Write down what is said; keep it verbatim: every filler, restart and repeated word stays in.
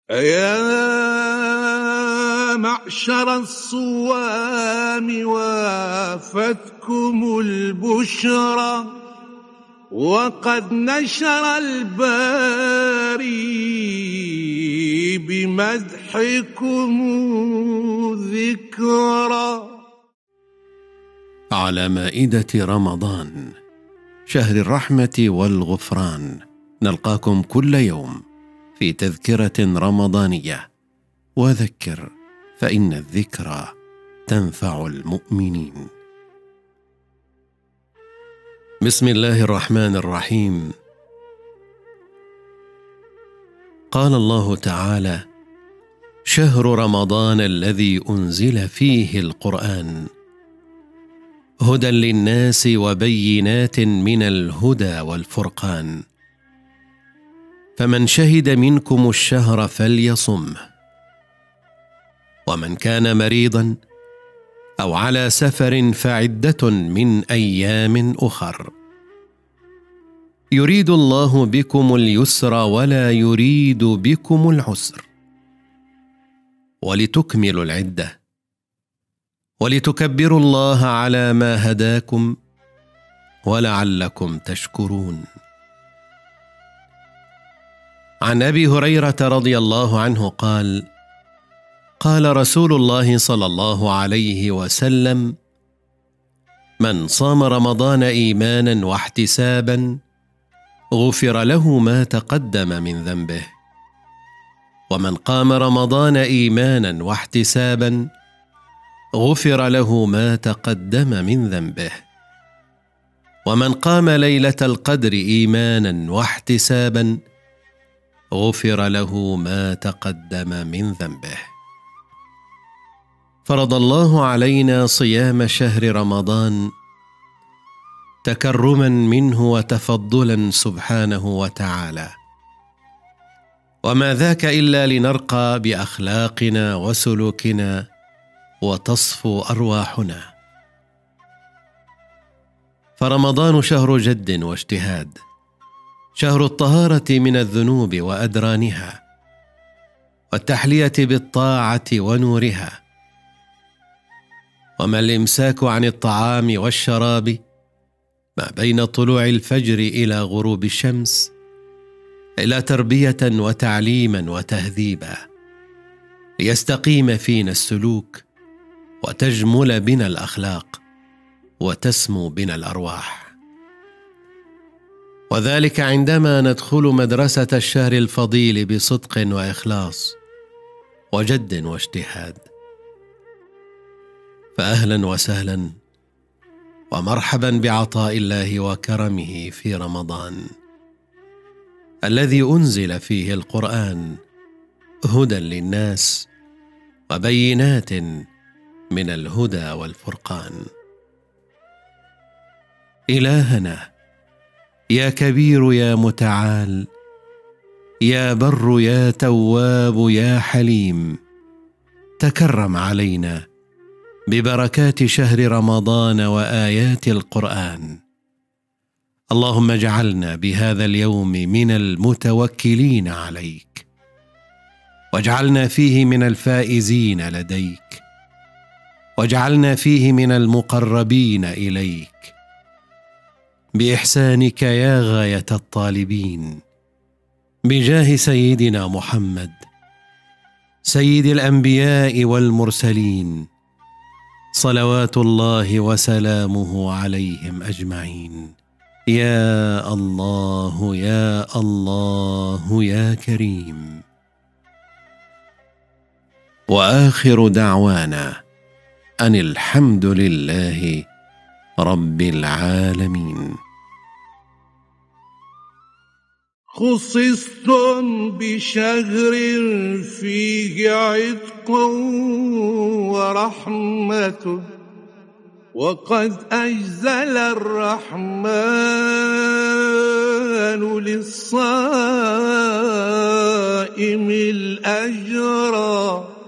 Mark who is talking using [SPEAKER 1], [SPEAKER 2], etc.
[SPEAKER 1] أيا معشر الصوام وافتكم البشرى وقد نشر الباري بمدحكم ذكرى.
[SPEAKER 2] على مائدة رمضان، شهر الرحمة والغفران، نلقاكم كل يوم في تذكرة رمضانية. وذكر فإن الذكرى تنفع المؤمنين. بسم الله الرحمن الرحيم. قال الله تعالى: شهر رمضان الذي أنزل فيه القرآن هدى للناس وبينات من الهدى والفرقان، فمن شهد منكم الشهر فليصمه، ومن كان مريضا أو على سفر فعدة من أيام أخر، يريد الله بكم اليسر ولا يريد بكم العسر، ولتكملوا العدة ولتكبروا الله على ما هداكم ولعلكم تشكرون. عن أبي هريرة رضي الله عنه قال: قال رسول الله صلى الله عليه وسلم: من صام رمضان إيمانا واحتسابا غفر له ما تقدم من ذنبه، ومن قام رمضان إيمانا واحتسابا غفر له ما تقدم من ذنبه، ومن قام ليلة القدر إيمانا واحتسابا غفر له ما تقدم من ذنبه. فرض الله علينا صيام شهر رمضان تكرما منه وتفضلا سبحانه وتعالى، وما ذاك إلا لنرقى بأخلاقنا وسلوكنا وتصفو أرواحنا. فرمضان شهر جد واجتهاد، شهر الطهارة من الذنوب وأدرانها، والتحلية بالطاعة ونورها، وما الإمساك عن الطعام والشراب ما بين طلوع الفجر إلى غروب الشمس، إلى تربية وتعليما وتهذيبا، ليستقيم فينا السلوك وتجمل بنا الأخلاق وتسمو بنا الأرواح. وذلك عندما ندخل مدرسة الشهر الفضيل بصدق وإخلاص وجد واجتهاد. فأهلا وسهلا ومرحبا بعطاء الله وكرمه في رمضان الذي أنزل فيه القرآن هدى للناس وبينات من الهدى والفرقان. إلهنا يا كبير يا متعال، يا بر يا تواب يا حليم، تكرم علينا ببركات شهر رمضان وآيات القرآن. اللهم اجعلنا بهذا اليوم من المتوكلين عليك، واجعلنا فيه من الفائزين لديك، واجعلنا فيه من المقربين إليك بإحسانك يا غاية الطالبين، بجاه سيدنا محمد سيد الأنبياء والمرسلين، صلوات الله وسلامه عليهم أجمعين. يا الله يا الله يا كريم. وآخر دعوانا أن الحمد لله رب العالمين.
[SPEAKER 1] خصصتم بشهر فيه عتق ورحمة، وقد أجزل الرحمن للصائم الأجر.